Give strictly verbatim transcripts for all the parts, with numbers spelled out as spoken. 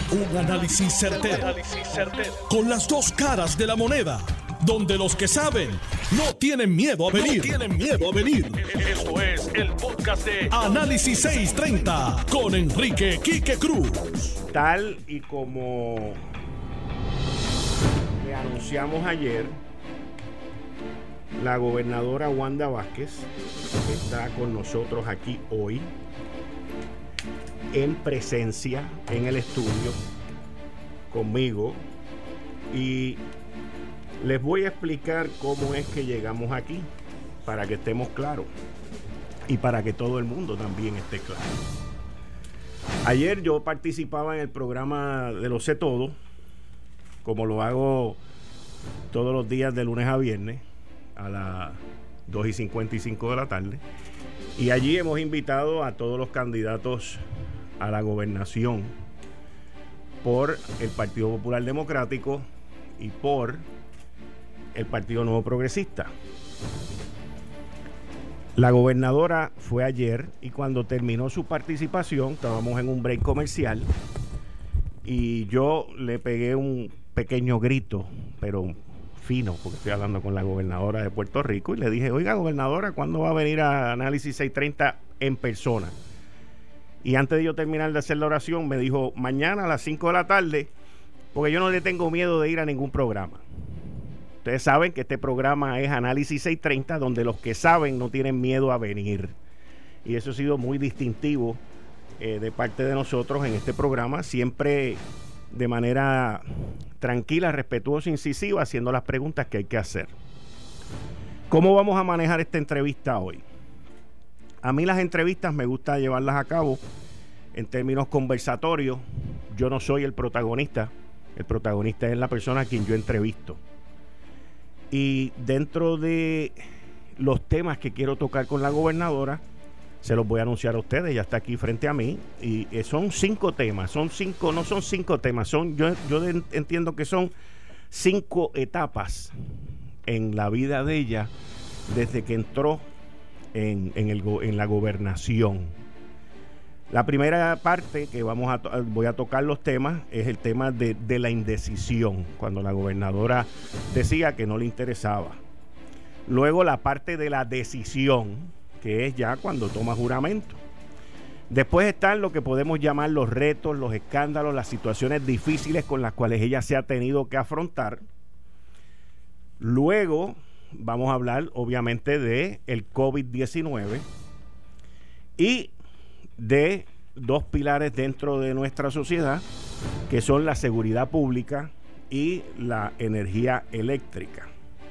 Un análisis certero, con las dos caras de la moneda, donde los que saben no tienen miedo a venir. No tienen miedo a venir. Esto es el podcast de Análisis seiscientos treinta con Enrique Quique Cruz. Tal y como le anunciamos ayer, la gobernadora Wanda Vázquez está con nosotros aquí hoy, en presencia, en el estudio, conmigo, y les voy a explicar cómo es que llegamos aquí, para que estemos claros y para que todo el mundo también esté claro. Ayer yo participaba en el programa de Lo Sé Todo, como lo hago todos los días de lunes a viernes a las dos y cincuenta y cinco de la tarde, y allí hemos invitado a todos los candidatos a la gobernación por el Partido Popular Democrático y por el Partido Nuevo Progresista. La gobernadora fue ayer, y cuando terminó su participación, estábamos en un break comercial, y yo le pegué un pequeño grito, pero fino, porque estoy hablando con la gobernadora de Puerto Rico, y le dije: oiga, gobernadora, ¿cuándo va a venir a Análisis seiscientos treinta en persona? Y antes de yo terminar de hacer la oración, me dijo: mañana a las cinco de la tarde, porque yo no le tengo miedo de ir a ningún programa. Ustedes saben que este programa es Análisis seiscientos treinta, donde los que saben no tienen miedo a venir. Y eso ha sido muy distintivo eh, de parte de nosotros en este programa, siempre de manera tranquila, respetuosa, incisiva, haciendo las preguntas que hay que hacer. ¿Cómo vamos a manejar esta entrevista hoy? A mí las entrevistas me gusta llevarlas a cabo en términos conversatorios. Yo no soy el protagonista. El protagonista es la persona a quien yo entrevisto. Y dentro de los temas que quiero tocar con la gobernadora, se los voy a anunciar a ustedes. Ya está aquí frente a mí. Y eh, son cinco temas. Son cinco, no son cinco temas. Son, yo, yo de, entiendo que son cinco etapas en la vida de ella desde que entró En, en, el, en la gobernación. La primera parte que vamos a to- voy a tocar los temas es el tema de, de la indecisión, cuando la gobernadora decía que no le interesaba. Luego la parte de la decisión, que es ya cuando toma juramento. Después están lo que podemos llamar los retos, los escándalos, las situaciones difíciles con las cuales ella se ha tenido que afrontar. Luego vamos a hablar obviamente de el COVID diecinueve y de dos pilares dentro de nuestra sociedad, que son la seguridad pública y la energía eléctrica.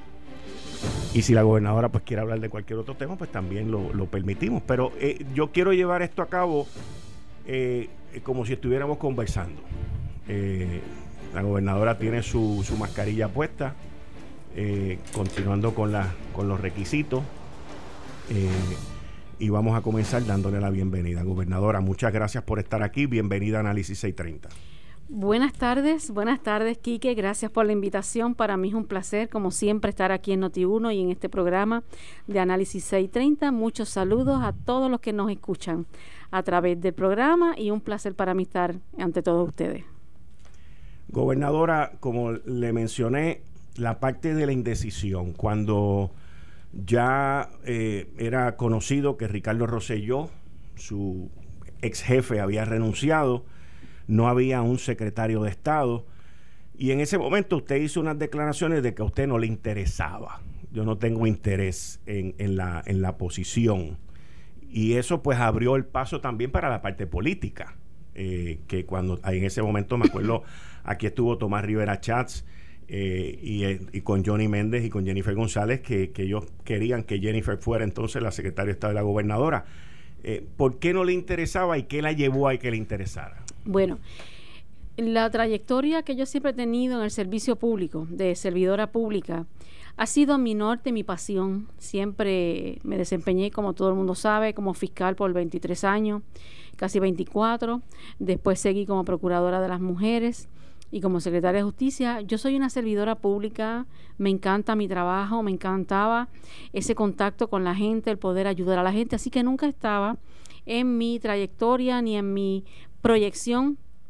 Y si la gobernadora pues quiere hablar de cualquier otro tema, pues también lo, lo permitimos. Pero eh, yo quiero llevar esto a cabo eh, como si estuviéramos conversando. Eh, la gobernadora tiene su, su mascarilla puesta. Eh, continuando con, la, con los requisitos, eh, y vamos a comenzar dándole la bienvenida. Gobernadora, muchas gracias por estar aquí. Bienvenida a Análisis seiscientos treinta. Buenas tardes, buenas tardes, Quique. Gracias por la invitación. Para mí es un placer, como siempre, estar aquí en Noti uno y en este programa de Análisis seiscientos treinta. Muchos saludos a todos los que nos escuchan a través del programa, y un placer para mí estar ante todos ustedes. Gobernadora, como le mencioné, la parte de la indecisión, cuando ya eh, era conocido que Ricardo Rosselló, su ex jefe, había renunciado, no había un secretario de Estado, y en ese momento usted hizo unas declaraciones de que a usted no le interesaba. Yo no tengo interés en, en, la, en la posición, y eso pues abrió el paso también para la parte política, eh, que cuando en ese momento, me acuerdo, aquí estuvo Tomás Rivera Chats, Eh, y, eh, y con Johnny Méndez y con Jennifer González, que, que ellos querían que Jennifer fuera entonces la secretaria de Estado de la gobernadora. Eh, ¿Por qué no le interesaba y qué la llevó a que le interesara? Bueno, la trayectoria que yo siempre he tenido en el servicio público, de servidora pública, ha sido mi norte, mi pasión. Siempre me desempeñé, como todo el mundo sabe, como fiscal por veintitrés años, casi veinticuatro. Después seguí como procuradora de las mujeres y como secretaria de Justicia. Yo soy una servidora pública, me encanta mi trabajo, me encantaba ese contacto con la gente, el poder ayudar a la gente, así que nunca estaba en mi trayectoria ni en mi proyección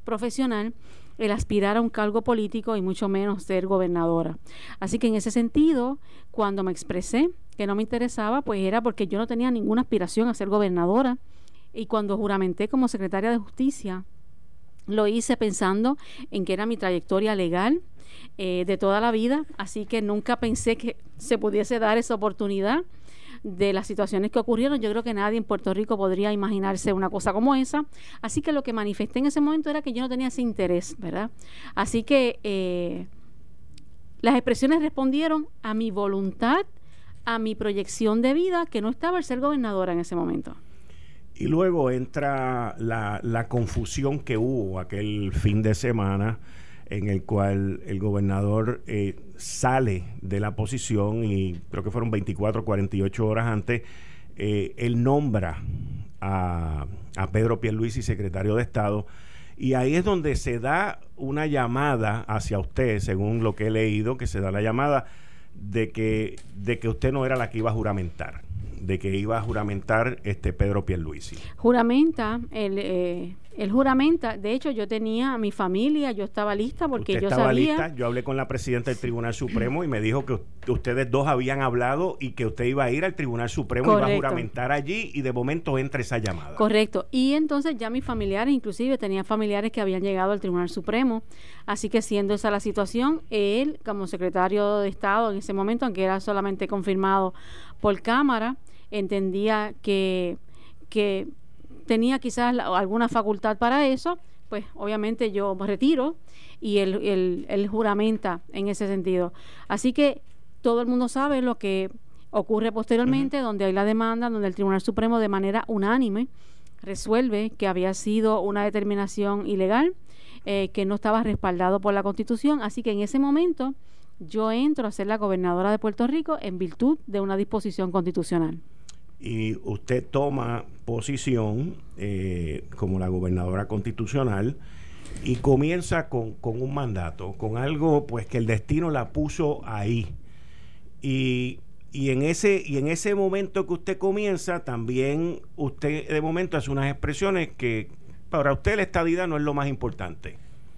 profesional el aspirar a un cargo político y mucho menos ser gobernadora. Así que en ese sentido, cuando me expresé que no me interesaba, pues era porque yo no tenía ninguna aspiración a ser gobernadora. Y cuando juramenté como secretaria de Justicia, lo hice pensando en que era mi trayectoria legal eh, de toda la vida, así que nunca pensé que se pudiese dar esa oportunidad de las situaciones que ocurrieron. Yo creo que nadie en Puerto Rico podría imaginarse una cosa como esa, así que lo que manifesté en ese momento era que yo no tenía ese interés, ¿verdad? Así que eh, las expresiones respondieron a mi voluntad, a mi proyección de vida, que no estaba el ser gobernadora en ese momento. Y luego entra la, la confusión que hubo aquel fin de semana en el cual el gobernador eh, sale de la posición y creo que fueron veinticuatro, cuarenta y ocho horas antes, eh, él nombra a, a Pedro Pierluisi secretario de Estado, y ahí es donde se da una llamada hacia usted, según lo que he leído, que se da la llamada de que, de que usted no era la que iba a juramentar, de que iba a juramentar este Pedro Pierluisi. Juramenta, el, eh, él juramenta, de hecho yo tenía a mi familia, yo estaba lista porque Usted yo estaba sabía... lista, yo hablé con la presidenta del Tribunal Supremo y me dijo que, que ustedes dos habían hablado y que usted iba a ir al Tribunal Supremo. Correcto. Y iba a juramentar allí, y de momento entra esa llamada. Correcto, y entonces ya mis familiares, inclusive tenía familiares que habían llegado al Tribunal Supremo, así que siendo esa la situación, él como secretario de Estado en ese momento, aunque era solamente confirmado por Cámara, entendía que, que tenía quizás la, alguna facultad para eso, pues obviamente yo me retiro y él, él, él juramenta en ese sentido. Así que todo el mundo sabe lo que ocurre posteriormente, uh-huh. donde hay la demanda, donde el Tribunal Supremo de manera unánime resuelve que había sido una determinación ilegal, eh, que no estaba respaldado por la Constitución. Así que en ese momento yo entro a ser la gobernadora de Puerto Rico en virtud de una disposición constitucional. Y usted toma posición eh, como la gobernadora constitucional y comienza con, con un mandato, con algo pues que el destino la puso ahí. Y, y, en ese, y en ese momento que usted comienza, también usted de momento hace unas expresiones que para usted la estadidad no es lo más importante.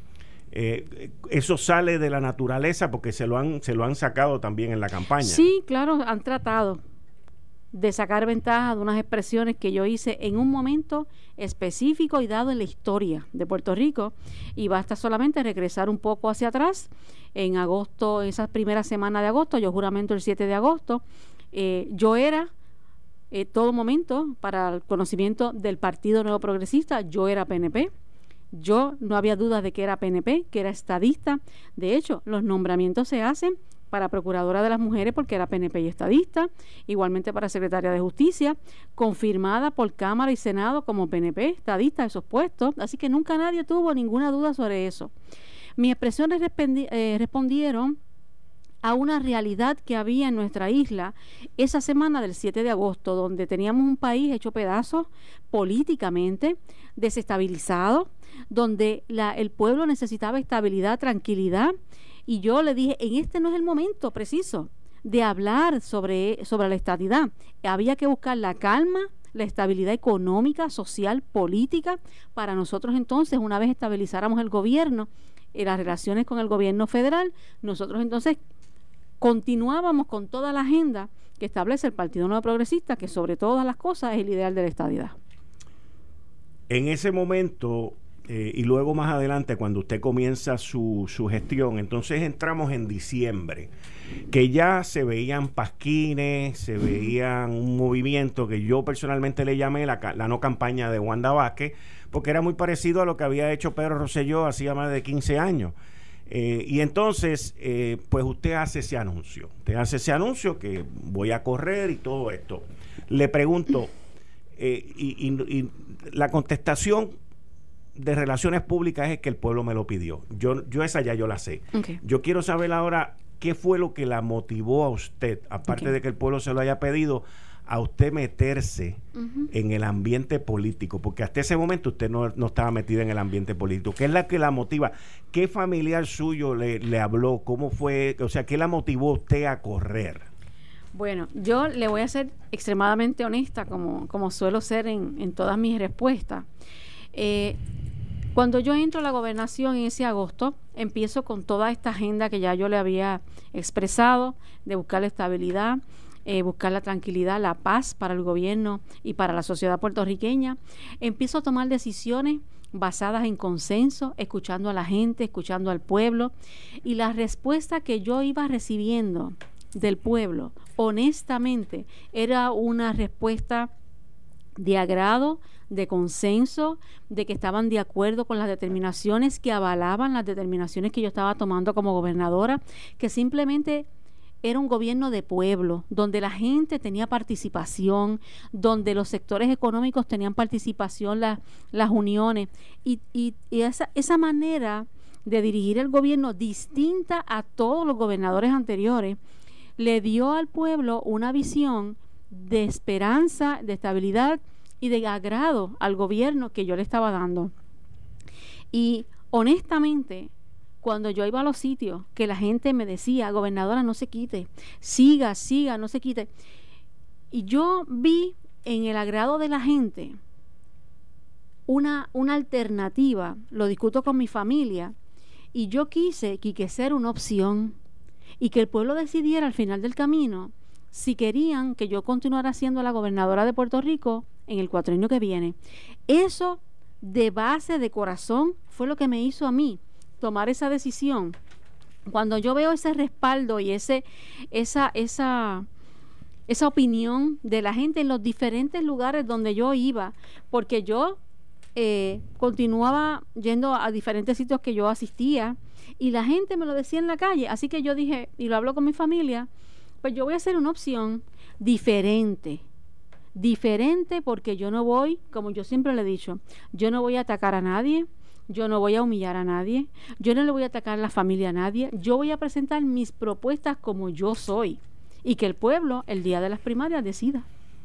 Eh, eso sale de la naturaleza porque se lo han, se lo han sacado también en la campaña. Sí, claro, han tratado de sacar ventaja de unas expresiones que yo hice en un momento específico y dado en la historia de Puerto Rico, y basta solamente regresar un poco hacia atrás. En agosto, esa primera semana de agosto, yo juramento el siete de agosto, eh, yo era eh, todo momento, para el conocimiento del Partido Nuevo Progresista, yo era P N P. Yo no había dudas de que era P N P, que era estadista. De hecho, los nombramientos se hacen para Procuradora de las Mujeres porque era P N P y estadista, igualmente para Secretaria de Justicia, confirmada por Cámara y Senado como P N P, estadista, esos puestos, así que nunca nadie tuvo ninguna duda sobre eso. Mis expresiones respondi- eh, respondieron a una realidad que había en nuestra isla esa semana del siete de agosto, donde teníamos un país hecho pedazos políticamente, desestabilizado, donde la, el pueblo necesitaba estabilidad, tranquilidad, y yo le dije, en este no es el momento preciso de hablar sobre, sobre la estadidad. Había que buscar la calma, la estabilidad económica, social, política, para nosotros entonces, una vez estabilizáramos el gobierno y las relaciones con el gobierno federal, nosotros entonces continuábamos con toda la agenda que establece el Partido Nuevo Progresista, que sobre todas las cosas es el ideal de la estadidad. En ese momento, eh, y luego más adelante, cuando usted comienza su, su gestión, entonces entramos en diciembre, que ya se veían pasquines, se veían un movimiento que yo personalmente le llamé la, la no campaña de Wanda Vázquez, porque era muy parecido a lo que había hecho Pedro Rosselló hacía más de quince años. Eh, y entonces, eh, pues usted hace ese anuncio, usted hace ese anuncio que voy a correr y todo esto. Le pregunto, eh, y, y, y la contestación de Relaciones Públicas es que el pueblo me lo pidió. Yo, yo esa ya yo la sé. Okay. Yo quiero saber ahora qué fue lo que la motivó a usted, aparte okay. de que el pueblo se lo haya pedido, a usted meterse uh-huh. en el ambiente político, porque hasta ese momento usted no, no estaba metida en el ambiente político. ¿Qué es la que la motiva? ¿Qué familiar suyo le, le habló? ¿Cómo fue? O sea, ¿qué la motivó a usted a correr? Bueno, yo le voy a ser extremadamente honesta, como, como suelo ser en, en todas mis respuestas. Eh, Cuando yo entro a la gobernación en ese agosto, empiezo con toda esta agenda que ya yo le había expresado, de buscar la estabilidad, eh, buscar la tranquilidad, la paz para el gobierno y para la sociedad puertorriqueña. Empiezo a tomar decisiones basadas en consenso, escuchando a la gente, escuchando al pueblo, y la respuesta que yo iba recibiendo del pueblo, honestamente, era una respuesta de agrado, de consenso, de que estaban de acuerdo con las determinaciones, que avalaban las determinaciones que yo estaba tomando como gobernadora, que simplemente era un gobierno de pueblo, donde la gente tenía participación, donde los sectores económicos tenían participación, la, las uniones, y, y, y esa, esa manera de dirigir el gobierno, distinta a todos los gobernadores anteriores, le dio al pueblo una visión de esperanza, de estabilidad y de agrado al gobierno que yo le estaba dando. Y honestamente, cuando yo iba a los sitios, que la gente me decía, gobernadora, no se quite, siga, siga, no se quite. Y yo vi en el agrado de la gente una, una alternativa, lo discuto con mi familia, y yo quise que ser una opción y que el pueblo decidiera al final del camino si querían que yo continuara siendo la gobernadora de Puerto Rico en el cuatrienio que viene. Eso de base, de corazón, fue lo que me hizo a mí tomar esa decisión. Cuando yo veo ese respaldo y ese esa esa esa opinión de la gente en los diferentes lugares donde yo iba, porque yo eh, continuaba yendo a diferentes sitios que yo asistía y la gente me lo decía en la calle, así que yo dije, y lo hablo con mi familia, pues yo voy a hacer una opción diferente, diferente porque yo no voy, como yo siempre le he dicho, yo no voy a atacar a nadie, yo no voy a humillar a nadie, yo no le voy a atacar a la familia a nadie, yo voy a presentar mis propuestas como yo soy y que el pueblo el día de las primarias decida.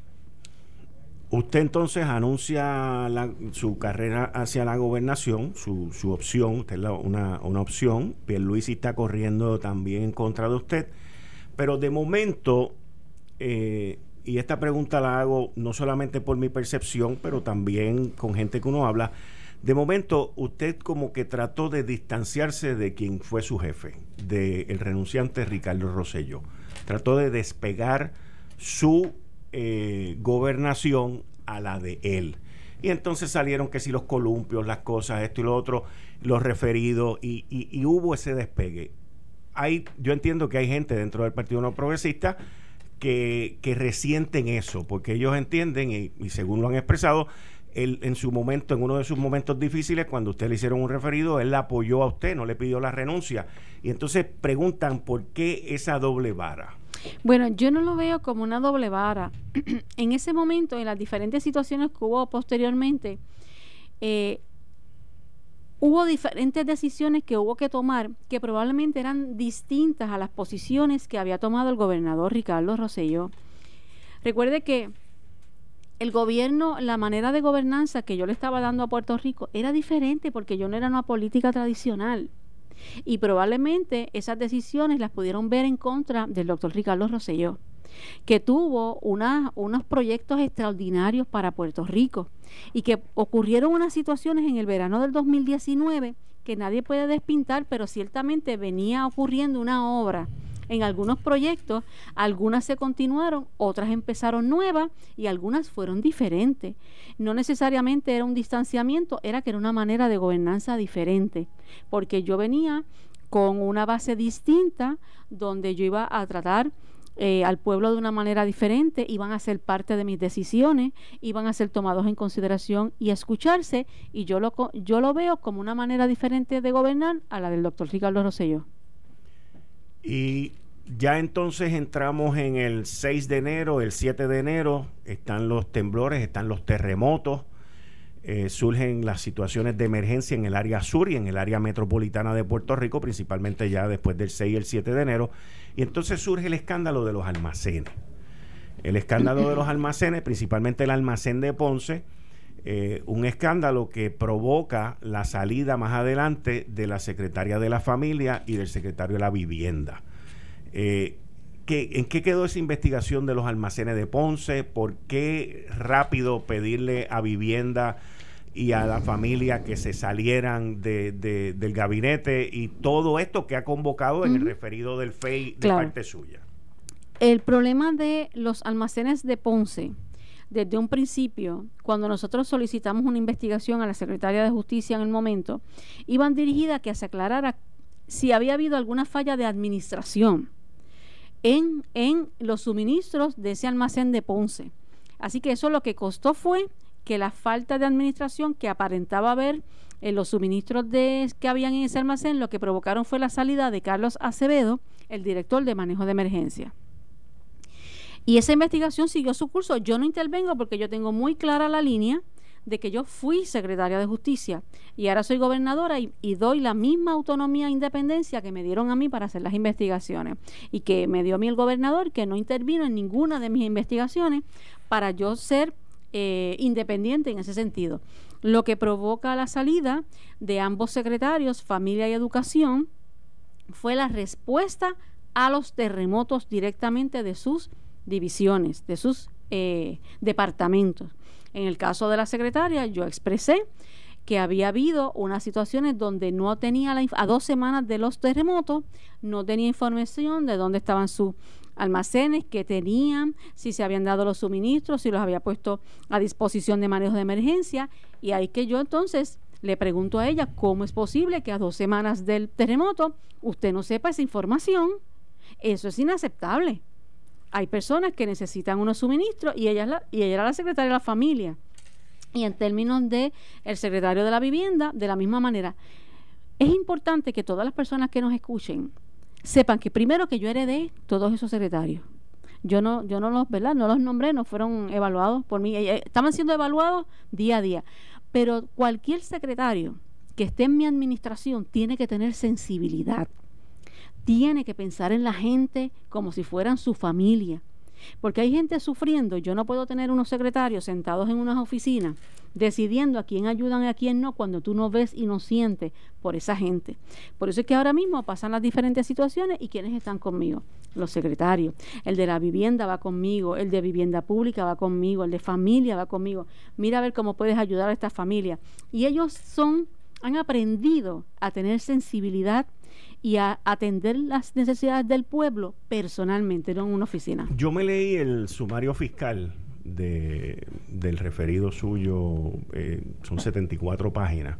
Usted entonces anuncia la, su carrera hacia la gobernación, su, su opción, usted es la, una, una opción, Pierluisi está corriendo también en contra de usted, pero de momento, eh, y esta pregunta la hago no solamente por mi percepción, pero también con gente que uno habla, de momento usted como que trató de distanciarse de quien fue su jefe, del renunciante Ricardo Rosselló, trató de despegar su eh, gobernación a la de él. Y entonces salieron que si los columpios, las cosas, esto y lo otro, los referidos, y, y, y hubo ese despegue. Hay, yo entiendo que hay gente dentro del Partido No Progresista que, que resienten eso, porque ellos entienden, y, y según lo han expresado, él, en su momento, en uno de sus momentos difíciles, cuando usted le hicieron un referido, él la apoyó a usted, no le pidió la renuncia. Y entonces preguntan por qué esa doble vara. Bueno, yo no lo veo como una doble vara. En ese momento, en las diferentes situaciones que hubo posteriormente, eh, hubo diferentes decisiones que hubo que tomar que probablemente eran distintas a las posiciones que había tomado el gobernador Ricardo Rosselló. Recuerde que el gobierno, la manera de gobernanza que yo le estaba dando a Puerto Rico era diferente porque yo no era una política tradicional. Y probablemente esas decisiones las pudieron ver en contra del doctor Ricardo Rosselló, que tuvo una, unos proyectos extraordinarios para Puerto Rico y que ocurrieron unas situaciones en el verano del dos mil diecinueve que nadie puede despintar, pero ciertamente venía ocurriendo una obra en algunos proyectos, algunas se continuaron, otras empezaron nuevas y algunas fueron diferentes. No necesariamente era un distanciamiento, era que era una manera de gobernanza diferente, porque yo venía con una base distinta donde yo iba a tratar eh, al pueblo de una manera diferente, iban a ser parte de mis decisiones, iban a ser tomados en consideración y escucharse, y yo lo, yo lo veo como una manera diferente de gobernar a la del doctor Ricardo Rosselló. Y ya entonces entramos en el seis de enero, el siete de enero, están los temblores, están los terremotos, eh, surgen las situaciones de emergencia en el área sur y en el área metropolitana de Puerto Rico, principalmente ya después del seis y el siete de enero, y entonces surge el escándalo de los almacenes. El escándalo de los almacenes, principalmente el almacén de Ponce, eh, un escándalo que provoca la salida más adelante de la secretaria de la Familia y del secretario de la Vivienda. Eh, ¿qué, ¿En qué quedó esa investigación de los almacenes de Ponce? ¿Por qué rápido pedirle a Vivienda y a la familia que se salieran de, de, del gabinete y todo esto que ha convocado en uh-huh. el referido del F E I de claro. parte suya. El problema de los almacenes de Ponce, desde un principio, cuando nosotros solicitamos una investigación a la Secretaría de Justicia en el momento, iban dirigidas a que se aclarara si había habido alguna falla de administración en, en los suministros de ese almacén de Ponce. Así que eso lo que costó fue que la falta de administración que aparentaba haber en los suministros de, que habían en ese almacén, lo que provocaron fue la salida de Carlos Acevedo, el director de manejo de emergencia. Y esa investigación siguió su curso. Yo no intervengo porque yo tengo muy clara la línea de que yo fui secretaria de Justicia y ahora soy gobernadora y, y doy la misma autonomía e independencia que me dieron a mí para hacer las investigaciones y que me dio a mí el gobernador, que no intervino en ninguna de mis investigaciones para yo ser eh, independiente en ese sentido. Lo que provoca la salida de ambos secretarios, Familia y Educación, fue la respuesta a los terremotos directamente de sus divisiones, de sus eh, departamentos. En el caso de la secretaria, yo expresé que había habido unas situaciones donde no tenía, la, a dos semanas de los terremotos, no tenía información de dónde estaban sus almacenes, qué tenían, si se habían dado los suministros, si los había puesto a disposición de manejo de emergencia. Y ahí que yo entonces le pregunto a ella, ¿cómo es posible que a dos semanas del terremoto usted no sepa esa información? Eso es inaceptable. Hay personas que necesitan unos suministros y ella, es la, y ella era la secretaria de la familia. Y en términos de el secretario de la vivienda, de la misma manera. Es importante que todas las personas que nos escuchen sepan que primero que yo heredé todos esos secretarios. Yo no, yo no los, ¿verdad? No los nombré, no fueron evaluados por mí. Estaban siendo evaluados día a día. Pero cualquier secretario que esté en mi administración tiene que tener sensibilidad. Tiene que pensar en la gente como si fueran su familia. Porque hay gente sufriendo. Yo no puedo tener unos secretarios sentados en unas oficinas decidiendo a quién ayudan y a quién no cuando tú no ves y no sientes por esa gente. Por eso es que ahora mismo pasan las diferentes situaciones y ¿quiénes están conmigo? Los secretarios. El de la vivienda va conmigo, el de vivienda pública va conmigo, el de familia va conmigo. Mira a ver cómo puedes ayudar a esta familia. Y ellos son, han aprendido a tener sensibilidad y a atender las necesidades del pueblo personalmente, no en una oficina. Yo me leí el sumario fiscal de, del referido suyo, eh, son setenta y cuatro páginas,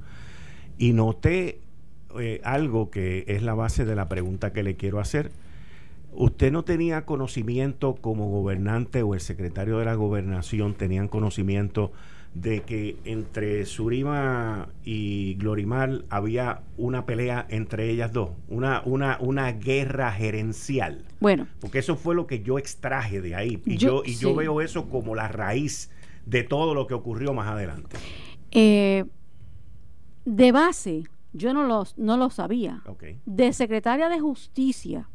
y noté eh, algo que es la base de la pregunta que le quiero hacer. ¿Usted no tenía conocimiento como gobernante o el secretario de la gobernación tenían conocimiento de que entre Surima y Glorimar había una pelea entre ellas dos, una, una, una guerra gerencial? Bueno. Porque eso fue lo que yo extraje de ahí. Y yo, yo, y yo sí. veo eso como la raíz de todo lo que ocurrió más adelante. Eh, de base, yo no lo, no lo sabía. Okay. De secretaria de Justicia,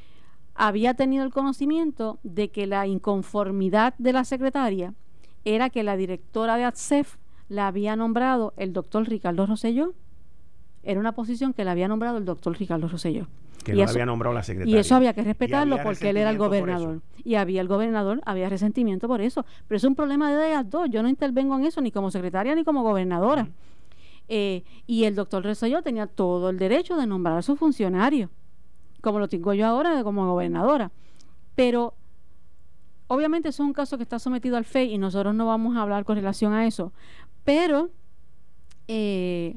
había tenido el conocimiento de que la inconformidad de la secretaria era que la directora de A T S E F la había nombrado el doctor Ricardo Rosselló. Era una posición que la había nombrado el doctor Ricardo Rosselló. Que y no eso, había nombrado la secretaria. Y eso había que respetarlo porque él era el gobernador. Y había el gobernador, había resentimiento por eso. Pero es un problema de ellas dos. Yo no intervengo en eso ni como secretaria ni como gobernadora. Uh-huh. eh, y el doctor Rosselló tenía todo el derecho de nombrar a sus funcionarios, como lo tengo yo ahora como gobernadora. Pero obviamente eso es un caso que está sometido al F E I y nosotros no vamos a hablar con relación a eso. Pero eh,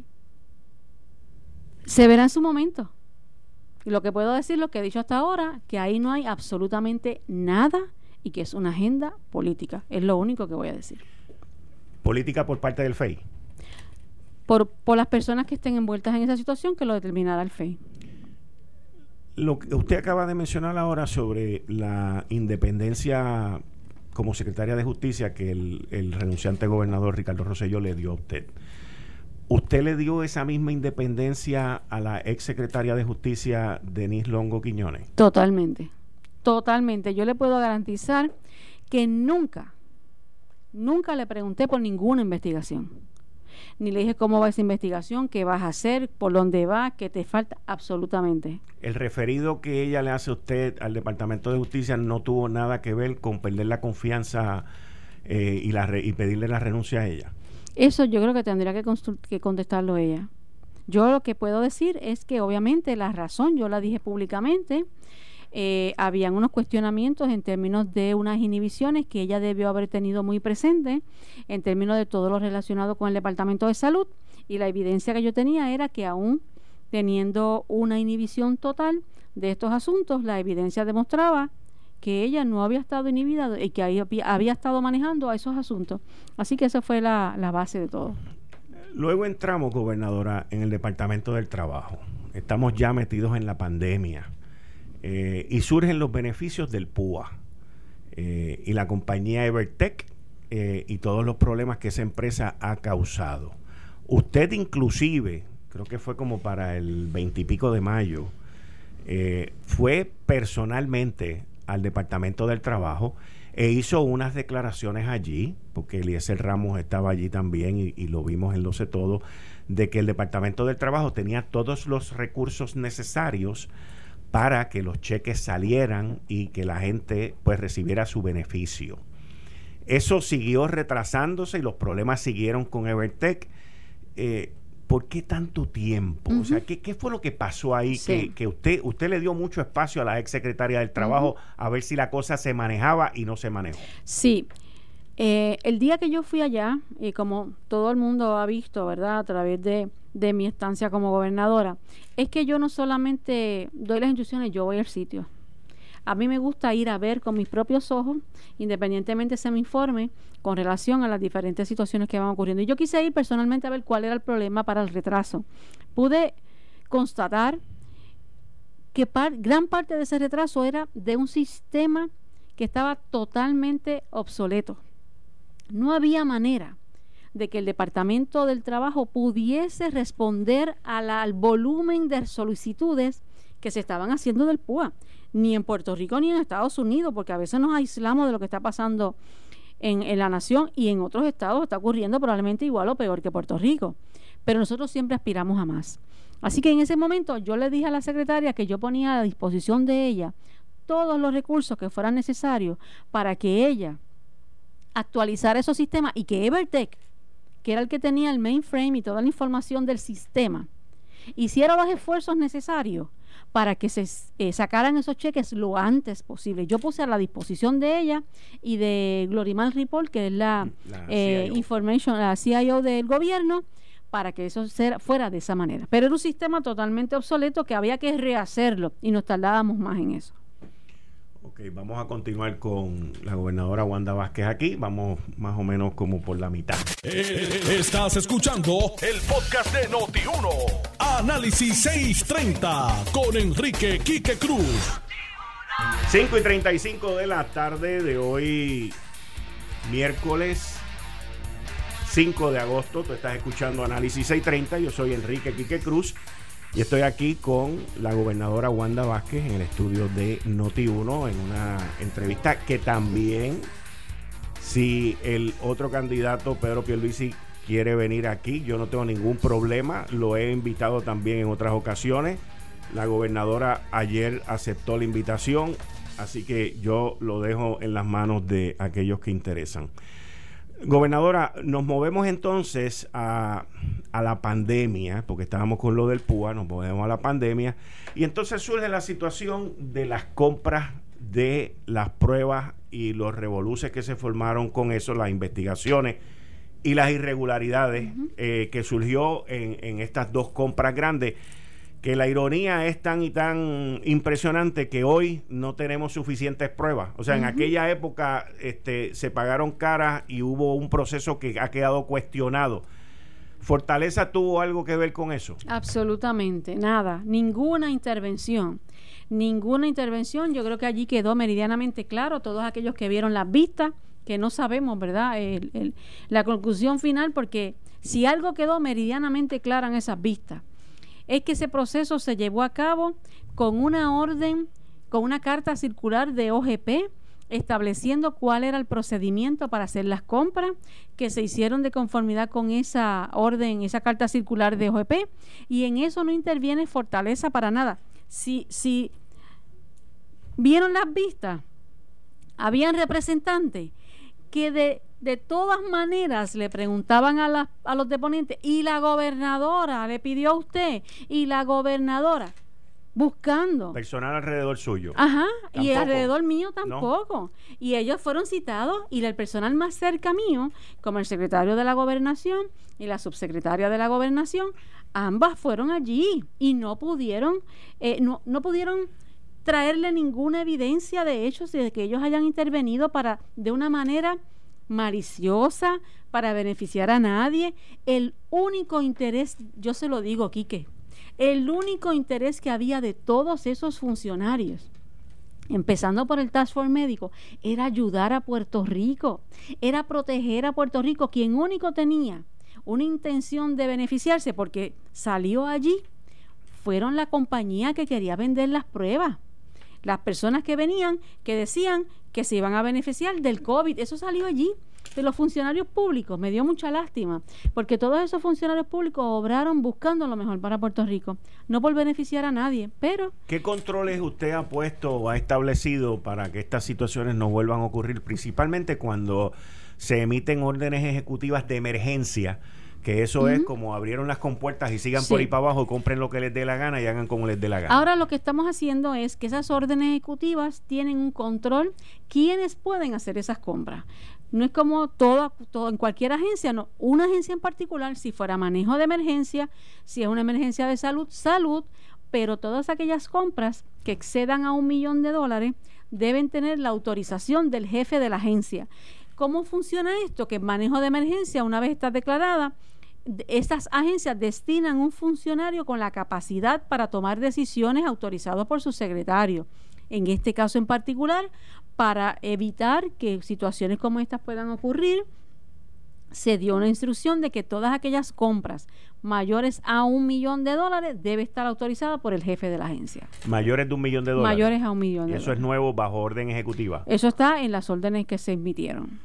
se verá en su momento. Y lo que puedo decir, lo que he dicho hasta ahora, que ahí no hay absolutamente nada y que es una agenda política. Es lo único que voy a decir. ¿Política por parte del F E I? Por, por las personas que estén envueltas en esa situación, que lo determinará el F E I. Lo que usted acaba de mencionar ahora sobre la independencia como secretaria de Justicia que el, el renunciante gobernador Ricardo Rosselló le dio a usted. ¿Usted le dio esa misma independencia a la ex secretaria de Justicia Denise Longo Quiñones? Totalmente, totalmente. Yo le puedo garantizar que nunca, nunca le pregunté por ninguna investigación. Ni le dije cómo va esa investigación, qué vas a hacer, por dónde va, qué te falta, absolutamente. El referido que ella le hace a usted al Departamento de Justicia no tuvo nada que ver con perder la confianza eh, y, la re, y pedirle la renuncia a ella. Eso yo creo que tendría que, que contestarlo ella. Yo lo que puedo decir es que obviamente la razón, yo la dije públicamente, eh, habían unos cuestionamientos en términos de unas inhibiciones que ella debió haber tenido muy presente en términos de todo lo relacionado con el Departamento de Salud, y la evidencia que yo tenía era que aún teniendo una inhibición total de estos asuntos, la evidencia demostraba que ella no había estado inhibida y que había, había estado manejando a esos asuntos. Así que esa fue la, la base de todo. Luego entramos, gobernadora, en el Departamento del Trabajo. Estamos ya metidos en la pandemia eh, y surgen los beneficios del P U A eh, y la compañía Evertec eh, y todos los problemas que esa empresa ha causado. Usted inclusive, creo que fue como para el veintipico de mayo, eh, fue personalmente al Departamento del Trabajo e hizo unas declaraciones allí, porque Eliezer Ramos estaba allí también y, y lo vimos en Lo Sé Todo, de que el Departamento del Trabajo tenía todos los recursos necesarios para que los cheques salieran y que la gente pues recibiera su beneficio. Eso siguió retrasándose y los problemas siguieron con Evertec. Eh, ¿Por qué tanto tiempo? Uh-huh. O sea, ¿qué, ¿qué fue lo que pasó ahí? Sí. Que, que usted usted le dio mucho espacio a la ex secretaria del Trabajo uh-huh. a ver si la cosa se manejaba y no se manejó. Sí. Eh, el día que yo fui allá, y como todo el mundo ha visto, ¿verdad?, a través de, de mi estancia como gobernadora, es que yo no solamente doy las instrucciones, yo voy al sitio. A mí me gusta ir a ver con mis propios ojos, independientemente se me informe, con relación a las diferentes situaciones que van ocurriendo. Y yo quise ir personalmente a ver cuál era el problema para el retraso. Pude constatar que par, gran parte de ese retraso era de un sistema que estaba totalmente obsoleto. No había manera de que el Departamento del Trabajo pudiese responder a la, al volumen de solicitudes que se estaban haciendo del P U A, ni en Puerto Rico ni en Estados Unidos, porque a veces nos aislamos de lo que está pasando en, en la nación, y en otros estados está ocurriendo probablemente igual o peor que Puerto Rico, pero nosotros siempre aspiramos a más. Así que en ese momento yo le dije a la secretaria que yo ponía a la disposición de ella todos los recursos que fueran necesarios para que ella actualizara esos sistemas y que Evertec, que era el que tenía el mainframe y toda la información del sistema, hiciera los esfuerzos necesarios para que se eh, sacaran esos cheques lo antes posible. Yo puse a la disposición de ella y de Glorimar Ripoll, que es la, la eh, information, la C I O del gobierno, para que eso ser, fuera de esa manera. Pero era un sistema totalmente obsoleto que había que rehacerlo y nos tardábamos más en eso. Ok, vamos a continuar con la gobernadora Wanda Vázquez aquí. Vamos más o menos como por la mitad. Eh, estás escuchando el podcast de Noti uno. Análisis seiscientos treinta con Enrique Quique Cruz. cinco y treinta y cinco de la tarde de hoy, miércoles cinco de agosto. Tú estás escuchando Análisis seiscientos treinta. Yo soy Enrique Quique Cruz. Y estoy aquí con la gobernadora Wanda Vázquez en el estudio de Noti uno en una entrevista que también, si el otro candidato, Pedro Pierluisi, quiere venir aquí, yo no tengo ningún problema. Lo he invitado también en otras ocasiones. La gobernadora ayer aceptó la invitación, así que yo lo dejo en las manos de aquellos que interesan. Gobernadora, nos movemos entonces a, a la pandemia, porque estábamos con lo del P U A, nos movemos a la pandemia, y entonces surge la situación de las compras de las pruebas y los revoluces que se formaron con eso, las investigaciones y las irregularidades uh-huh. eh, que surgió en, en estas dos compras grandes, que la ironía es tan y tan impresionante que hoy no tenemos suficientes pruebas. O sea, uh-huh. en aquella época este, se pagaron caras y hubo un proceso que ha quedado cuestionado. ¿Fortaleza tuvo algo que ver con eso? Absolutamente, nada, ninguna intervención, ninguna intervención. Yo creo que allí quedó meridianamente claro, todos aquellos que vieron las vistas, que no sabemos, ¿verdad?, el, el, la conclusión final, porque si algo quedó meridianamente claro en esas vistas, es que ese proceso se llevó a cabo con una orden, con una carta circular de O G P, estableciendo cuál era el procedimiento para hacer las compras, que se hicieron de conformidad con esa orden, esa carta circular de O G P, y en eso no interviene Fortaleza para nada. Si, si vieron las vistas, habían representantes que de de todas maneras le preguntaban a, la, a los deponentes, y la gobernadora le pidió a usted, y la gobernadora, buscando personal alrededor suyo. Ajá, ¿Tampoco? Y alrededor mío tampoco. No. Y ellos fueron citados, y el personal más cerca mío, como el secretario de la Gobernación y la subsecretaria de la Gobernación, ambas fueron allí y no pudieron, eh, no, no pudieron traerle ninguna evidencia de hechos de que ellos hayan intervenido para, de una manera maliciosa, para beneficiar a nadie. El único interés, yo se lo digo, Quique, el único interés que había de todos esos funcionarios, empezando por el Task Force médico, era ayudar a Puerto Rico, era proteger a Puerto Rico. Quien único tenía una intención de beneficiarse, porque salió allí, fueron la compañía que quería vender las pruebas, las personas que venían, que decían que se iban a beneficiar del COVID. Eso salió allí, de los funcionarios públicos. Me dio mucha lástima, porque todos esos funcionarios públicos obraron buscando lo mejor para Puerto Rico, no por beneficiar a nadie. Pero ¿qué controles usted ha puesto o ha establecido para que estas situaciones no vuelvan a ocurrir, principalmente cuando se emiten órdenes ejecutivas de emergencia? Que eso uh-huh. es como abrieron las compuertas y sigan sí. por ahí para abajo, compren lo que les dé la gana y hagan como les dé la gana. Ahora lo que estamos haciendo es que esas órdenes ejecutivas tienen un control. ¿Quiénes pueden hacer esas compras? No es como todo, todo en cualquier agencia, no. Una agencia en particular, si fuera manejo de emergencia, si es una emergencia de salud, salud, pero todas aquellas compras que excedan a un millón de dólares deben tener la autorización del jefe de la agencia. ¿Cómo funciona esto? Que el manejo de emergencia, una vez está declarada, estas agencias destinan un funcionario con la capacidad para tomar decisiones autorizados por su secretario. En este caso en particular, para evitar que situaciones como estas puedan ocurrir, se dio una instrucción de que todas aquellas compras mayores a un millón de dólares debe estar autorizada por el jefe de la agencia. Mayores de un millón de dólares. Mayores a un millón de y eso dólares. Es nuevo bajo orden ejecutiva. Eso está en las órdenes que se emitieron.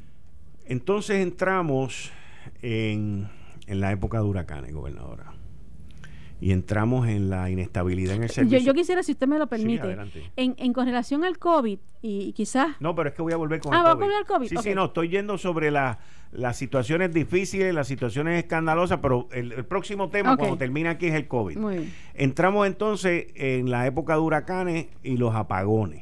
Entonces entramos en, en la época de huracanes, gobernadora. Y entramos en la inestabilidad en el servicio. Yo, yo quisiera, si usted me lo permite, sí, en, en con relación al COVID, y quizás... No, pero es que voy a volver con ah, el COVID. Ah, ¿va a volver al COVID? Sí, okay. sí, no, estoy yendo sobre la, las situaciones difíciles, las situaciones escandalosas, pero el, el próximo tema, okay. cuando termina aquí, es el COVID. Muy bien. Entramos entonces en la época de huracanes y los apagones.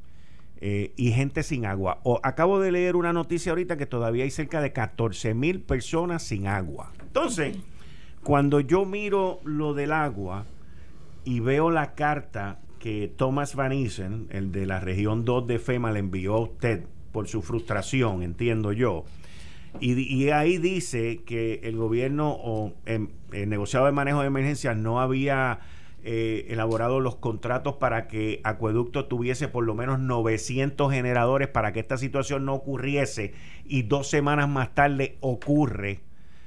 Eh, y gente sin agua. O, acabo de leer una noticia ahorita que todavía hay cerca de catorce mil personas sin agua. Entonces, okay. cuando yo miro lo del agua y veo la carta que Thomas Van Isen, el de la región dos de FEMA, le envió a usted por su frustración, entiendo yo, y, y ahí dice que el gobierno o el, el negociado de manejo de emergencias no había eh, elaborado los contratos para que Acueducto tuviese por lo menos novecientos generadores para que esta situación no ocurriese, y dos semanas más tarde ocurre.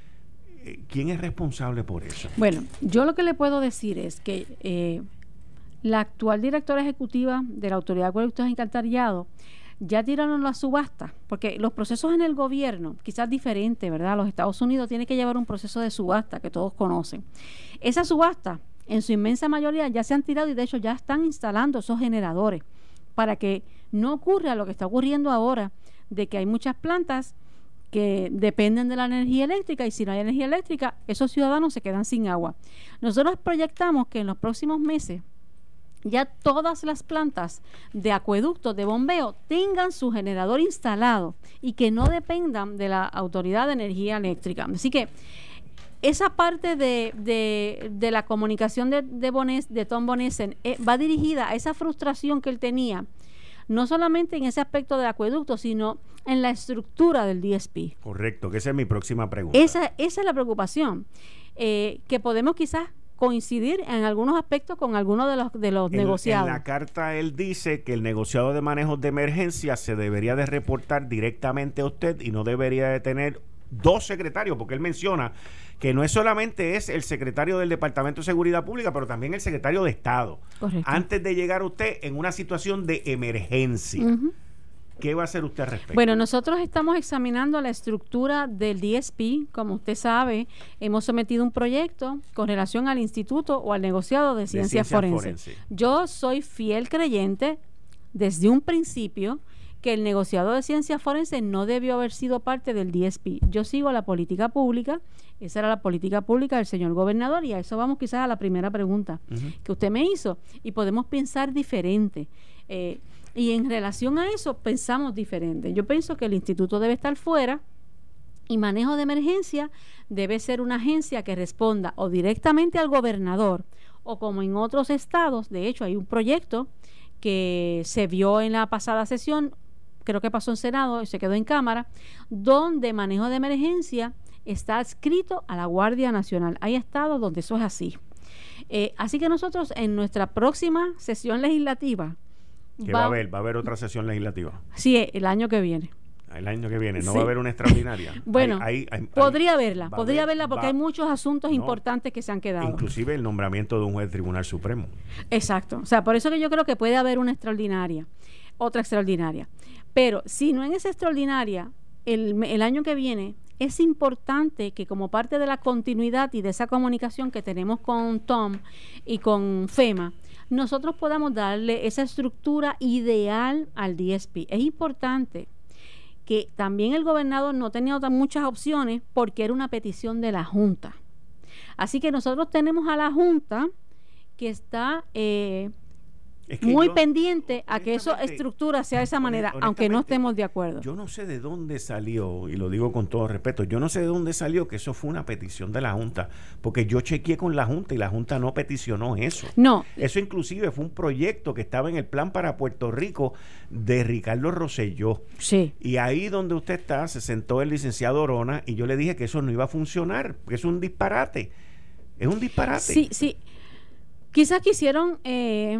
¿Quién es responsable por eso? Bueno, yo lo que le puedo decir es que eh, la actual directora ejecutiva de la Autoridad de Acueductos y Alcantarillado ya tiraron la subasta, porque los procesos en el gobierno, quizás diferente, ¿verdad? Los Estados Unidos tienen que llevar un proceso de subasta que todos conocen. Esa subasta, en su inmensa mayoría, ya se han tirado y de hecho ya están instalando esos generadores para que no ocurra lo que está ocurriendo ahora, de que hay muchas plantas que dependen de la energía eléctrica, y si no hay energía eléctrica, esos ciudadanos se quedan sin agua. Nosotros proyectamos que en los próximos meses ya todas las plantas de acueductos, de bombeo, tengan su generador instalado y que no dependan de la Autoridad de Energía Eléctrica. Así que esa parte de, de, de la comunicación de, de, Bones, de Tom Bonesen eh, va dirigida a esa frustración que él tenía, no solamente en ese aspecto del acueducto, sino en la estructura del D S P. Correcto, que esa es mi próxima pregunta. Esa, esa es la preocupación, eh, que podemos quizás coincidir en algunos aspectos con algunos de los, de los en, negociados. En la carta él dice que el negociado de manejo de emergencia se debería de reportar directamente a usted y no debería de tener dos secretarios, porque él menciona que no es solamente es el secretario del Departamento de Seguridad Pública, pero también el secretario de Estado. Correcto. Antes de llegar a usted en una situación de emergencia. Uh-huh. ¿Qué va a hacer usted al respecto? Bueno, nosotros estamos examinando la estructura del D S P. Como usted sabe, hemos sometido un proyecto con relación al instituto o al negociado de ciencias ciencia forenses. Forense. Yo soy fiel creyente desde un principio que el negociador de ciencias forenses no debió haber sido parte del D S P. Yo sigo la política pública, esa era la política pública del señor gobernador, y a eso vamos quizás a la primera pregunta uh-huh. que usted me hizo, y podemos pensar diferente. Eh, y en relación a eso, pensamos diferente. Yo pienso que el instituto debe estar fuera, y manejo de emergencia debe ser una agencia que responda o directamente al gobernador, o como en otros estados. De hecho, hay un proyecto que se vio en la pasada sesión, creo que pasó en Senado y se quedó en Cámara, donde manejo de emergencia está adscrito a la Guardia Nacional. Hay estados donde eso es así. Eh, así que nosotros en nuestra próxima sesión legislativa... ¿Qué va, va a haber? ¿Va a haber otra sesión legislativa? Sí, el año que viene. El año que viene, ¿no sí. va a haber una extraordinaria? Bueno, hay, hay, hay, podría haberla, podría haber, verla porque va, hay muchos asuntos no, importantes que se han quedado. Inclusive el nombramiento de un juez del Tribunal Supremo. Exacto, o sea, por eso que yo creo que puede haber una extraordinaria, otra extraordinaria. Pero si no en esa extraordinaria, el, el año que viene, es importante que como parte de la continuidad y de esa comunicación que tenemos con Tom y con FEMA, nosotros podamos darle esa estructura ideal al D S P. Es importante que también el gobernador no tenía otras muchas opciones porque era una petición de la Junta. Así que nosotros tenemos a la Junta que está eh, es que muy yo, pendiente a que esa estructura sea de esa manera, aunque no estemos de acuerdo. Yo no sé de dónde salió, y lo digo con todo respeto, yo no sé de dónde salió que eso fue una petición de la Junta, porque yo chequeé con la Junta y la Junta no peticionó eso. No. Eso inclusive fue un proyecto que estaba en el plan para Puerto Rico de Ricardo Rosselló. Sí. Y ahí donde usted está, se sentó el licenciado Orona y yo le dije que eso no iba a funcionar, porque es un disparate. Es un disparate. Sí, sí. Quizás quisieron... Eh,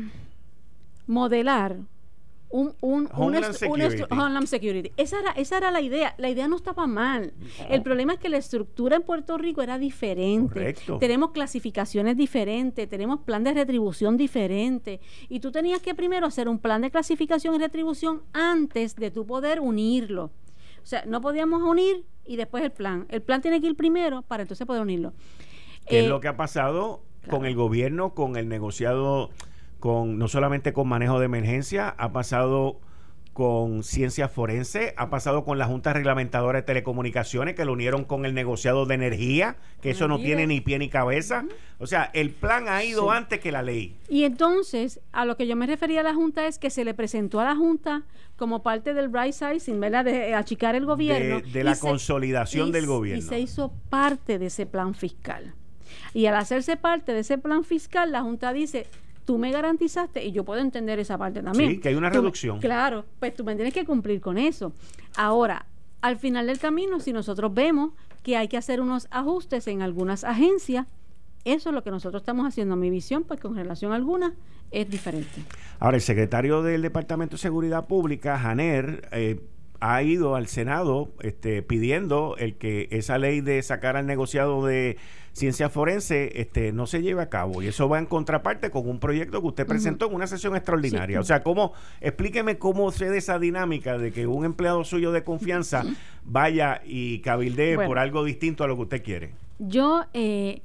modelar un, un, Homeland, un Security. Un Homeland Security. Esa era, esa era la idea. La idea no estaba mal. No. El problema es que la estructura en Puerto Rico era diferente. Correcto. Tenemos clasificaciones diferentes, tenemos plan de retribución diferente. Y tú tenías que primero hacer un plan de clasificación y retribución antes de tú poder unirlo. O sea, no podíamos unir y después el plan. El plan tiene que ir primero para entonces poder unirlo. ¿Qué eh, es lo que ha pasado claro. con el gobierno, con el negociado... Con, no solamente con manejo de emergencia, ha pasado con ciencia forense, ha pasado con la Junta Reglamentadora de Telecomunicaciones, que lo unieron con el negociado de energía, que eso no tiene ni pie ni cabeza. Uh-huh. O sea, el plan ha ido sí. antes que la ley. Y entonces, a lo que yo me refería a la Junta es que se le presentó a la Junta como parte del right sizing, ¿verdad? De achicar el gobierno. De, de la se, consolidación y, del gobierno. Y se hizo parte de ese plan fiscal. Y al hacerse parte de ese plan fiscal, la Junta dice... Tú me garantizaste, y yo puedo entender esa parte también. Sí, que hay una tú reducción. Me, claro, pues tú me tienes que cumplir con eso. Ahora, al final del camino, si nosotros vemos que hay que hacer unos ajustes en algunas agencias, eso es lo que nosotros estamos haciendo. Mi visión, pues con relación a algunas, es diferente. Ahora, el secretario del Departamento de Seguridad Pública, Janer, eh, ha ido al Senado este, pidiendo el que esa ley de sacar al negociado de ciencia forense este, no se lleve a cabo, y eso va en contraparte con un proyecto que usted presentó uh-huh. en una sesión extraordinaria. Sí. O sea, ¿cómo? Explíqueme cómo se da esa dinámica de que un empleado suyo de confianza vaya y cabildee bueno, por algo distinto a lo que usted quiere. Yo eh,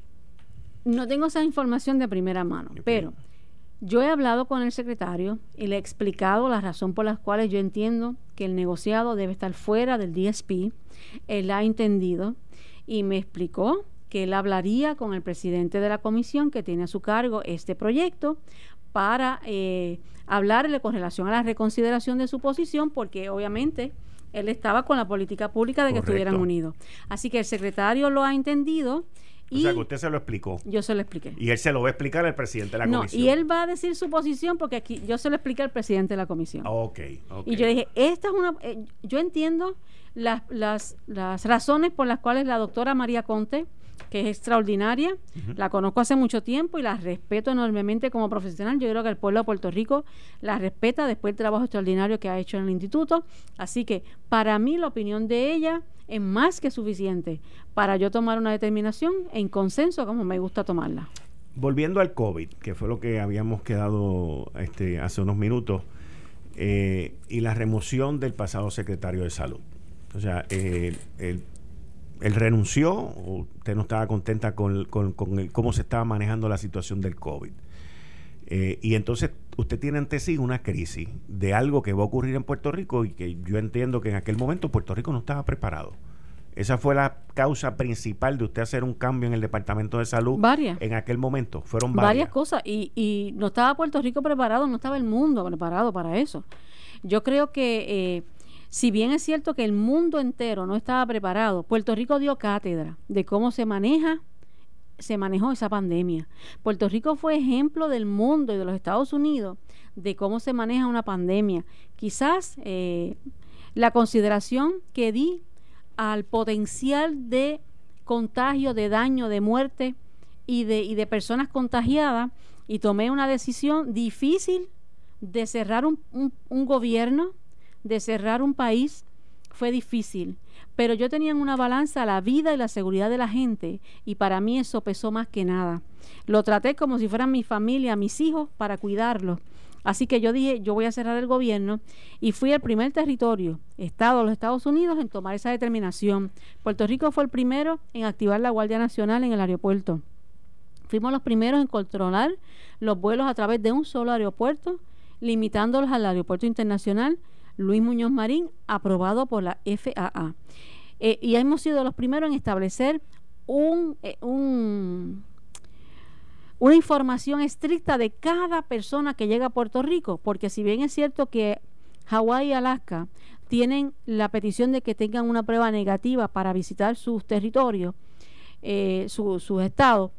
no tengo esa información de primera mano, okay. pero yo he hablado con el secretario y le he explicado la razón por la cual yo entiendo que el negociado debe estar fuera del D S P. Él ha entendido y me explicó que él hablaría con el presidente de la comisión que tiene a su cargo este proyecto para eh, hablarle con relación a la reconsideración de su posición, porque obviamente él estaba con la política pública de que Correcto. Estuvieran unidos. Así que el secretario lo ha entendido. Y o sea, que usted se lo explicó. Yo se lo expliqué. Y él se lo va a explicar al presidente de la no, comisión. No, y él va a decir su posición porque aquí yo se lo expliqué al presidente de la comisión. Ok, ok. Y yo dije, esta es una... Eh, yo entiendo las, las, las razones por las cuales la doctora María Conte, que es extraordinaria, uh-huh. la conozco hace mucho tiempo y la respeto enormemente como profesional. Yo creo que el pueblo de Puerto Rico la respeta después del trabajo extraordinario que ha hecho en el instituto. Así que para mí la opinión de ella es más que suficiente para yo tomar una determinación en consenso como me gusta tomarla. Volviendo al COVID, que fue lo que habíamos quedado este, hace unos minutos, eh, y la remoción del pasado secretario de Salud. O sea, eh, el ¿él renunció o usted no estaba contenta con, con, con el, cómo se estaba manejando la situación del COVID? Eh, y entonces usted tiene ante sí una crisis de algo que va a ocurrir en Puerto Rico y que yo entiendo que en aquel momento Puerto Rico no estaba preparado. Esa fue la causa principal de usted hacer un cambio en el Departamento de Salud. Varias. En aquel momento. Fueron varias. Varias cosas. Y, y no estaba Puerto Rico preparado, no estaba el mundo preparado para eso. Yo creo que, eh, si bien es cierto que el mundo entero no estaba preparado, Puerto Rico dio cátedra de cómo se maneja se manejó esa pandemia. Puerto Rico fue ejemplo del mundo y de los Estados Unidos de cómo se maneja una pandemia. Quizás eh, la consideración que di al potencial de contagio, de daño, de muerte y de, y de personas contagiadas, y tomé una decisión difícil de cerrar un, un, un gobierno, de cerrar un país. Fue difícil, pero yo tenía en una balanza la vida y la seguridad de la gente, y para mí eso pesó más que nada. Lo traté como si fueran mi familia, mis hijos, para cuidarlos. Así que yo dije, yo voy a cerrar el gobierno, y fui el primer territorio, estado de los Estados Unidos, en tomar esa determinación. Puerto Rico fue el primero en activar la Guardia Nacional en el aeropuerto. Fuimos los primeros en controlar los vuelos a través de un solo aeropuerto, limitándolos al aeropuerto internacional Luis Muñoz Marín, aprobado por la F A A. Eh, y hemos sido los primeros en establecer un, eh, un, una información estricta de cada persona que llega a Puerto Rico, porque si bien es cierto que Hawái y Alaska tienen la petición de que tengan una prueba negativa para visitar sus territorios, eh, sus su estados,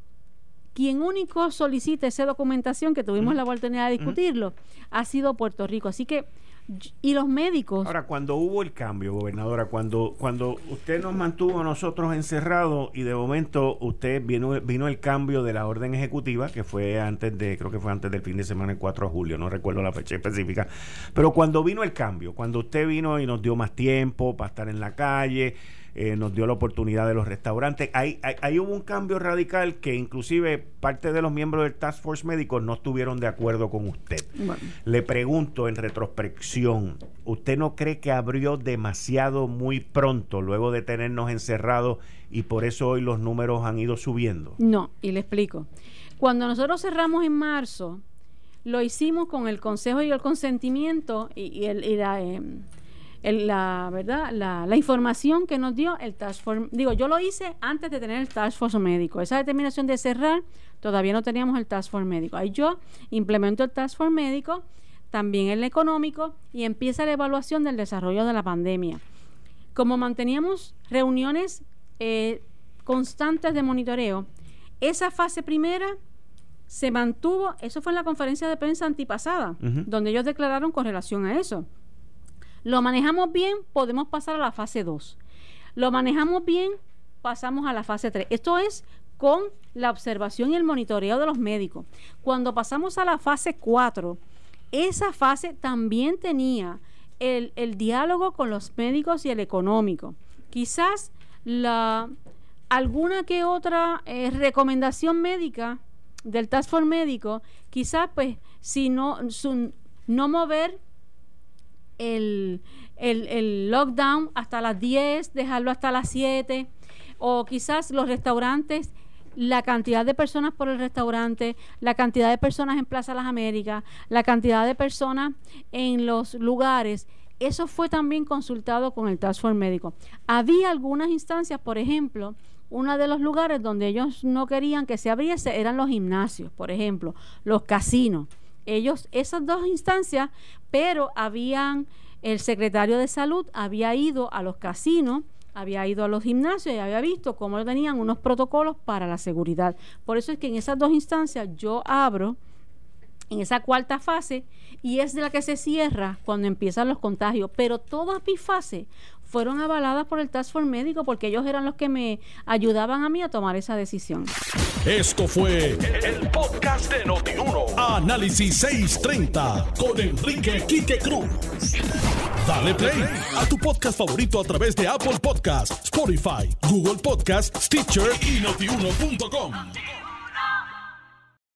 quien único solicita esa documentación, que tuvimos uh-huh. la oportunidad de discutirlo, uh-huh. ha sido Puerto Rico. Así que, y los médicos. Ahora, cuando hubo el cambio, gobernadora, cuando cuando usted nos mantuvo a nosotros encerrados y de momento usted vino vino el cambio de la orden ejecutiva, que fue antes de, creo que fue antes del fin de semana, el cuatro de julio, no recuerdo la fecha específica, pero cuando vino el cambio, cuando usted vino y nos dio más tiempo para estar en la calle, Eh, nos dio la oportunidad de los restaurantes. Ahí, ahí, ahí hubo un cambio radical que inclusive parte de los miembros del Task Force médico no estuvieron de acuerdo con usted. Bueno. Le pregunto en retrospección, ¿usted no cree que abrió demasiado muy pronto luego de tenernos encerrados y por eso hoy los números han ido subiendo? No, y le explico. Cuando nosotros cerramos en marzo, lo hicimos con el consejo y el consentimiento y, y, el, y la... Eh, El, la verdad la, la información que nos dio el Task Force. Digo, yo lo hice antes de tener el Task Force médico. Esa determinación de cerrar, todavía no teníamos el Task Force médico. Ahí yo implemento el Task Force médico, también el económico, y empieza la evaluación del desarrollo de la pandemia. Como manteníamos reuniones eh, constantes de monitoreo, esa fase primera se mantuvo. Eso fue en la conferencia de prensa antipasada, uh-huh. donde ellos declararon con relación a eso. Lo manejamos bien, podemos pasar a la fase dos. Lo manejamos bien, pasamos a la fase tres. Esto es con la observación y el monitoreo de los médicos. Cuando pasamos a la fase cuatro, esa fase también tenía el, el diálogo con los médicos y el económico. Quizás la alguna que otra eh, recomendación médica del Task Force médico, quizás pues si no, su, no mover El, el, el lockdown hasta las diez, dejarlo hasta las siete, o quizás los restaurantes, la cantidad de personas por el restaurante, la cantidad de personas en Plaza Las Américas, la cantidad de personas en los lugares. Eso fue también consultado con el Task Force médico. Había algunas instancias, por ejemplo, uno de los lugares donde ellos no querían que se abriese eran los gimnasios, por ejemplo, los casinos. Ellos, esas dos instancias, pero habían, el secretario de Salud había ido a los casinos, había ido a los gimnasios y había visto cómo tenían unos protocolos para la seguridad. Por eso es que en esas dos instancias yo abro en esa cuarta fase, y es de la que se cierra cuando empiezan los contagios. Pero todas mis fases fueron avaladas por el Task Force médico, porque ellos eran los que me ayudaban a mí a tomar esa decisión. Esto fue el podcast de Noti uno. Análisis seiscientos treinta con Enrique Quique Cruz. Dale play a tu podcast favorito a través de Apple Podcasts, Spotify, Google Podcasts, Stitcher y notiuno punto com.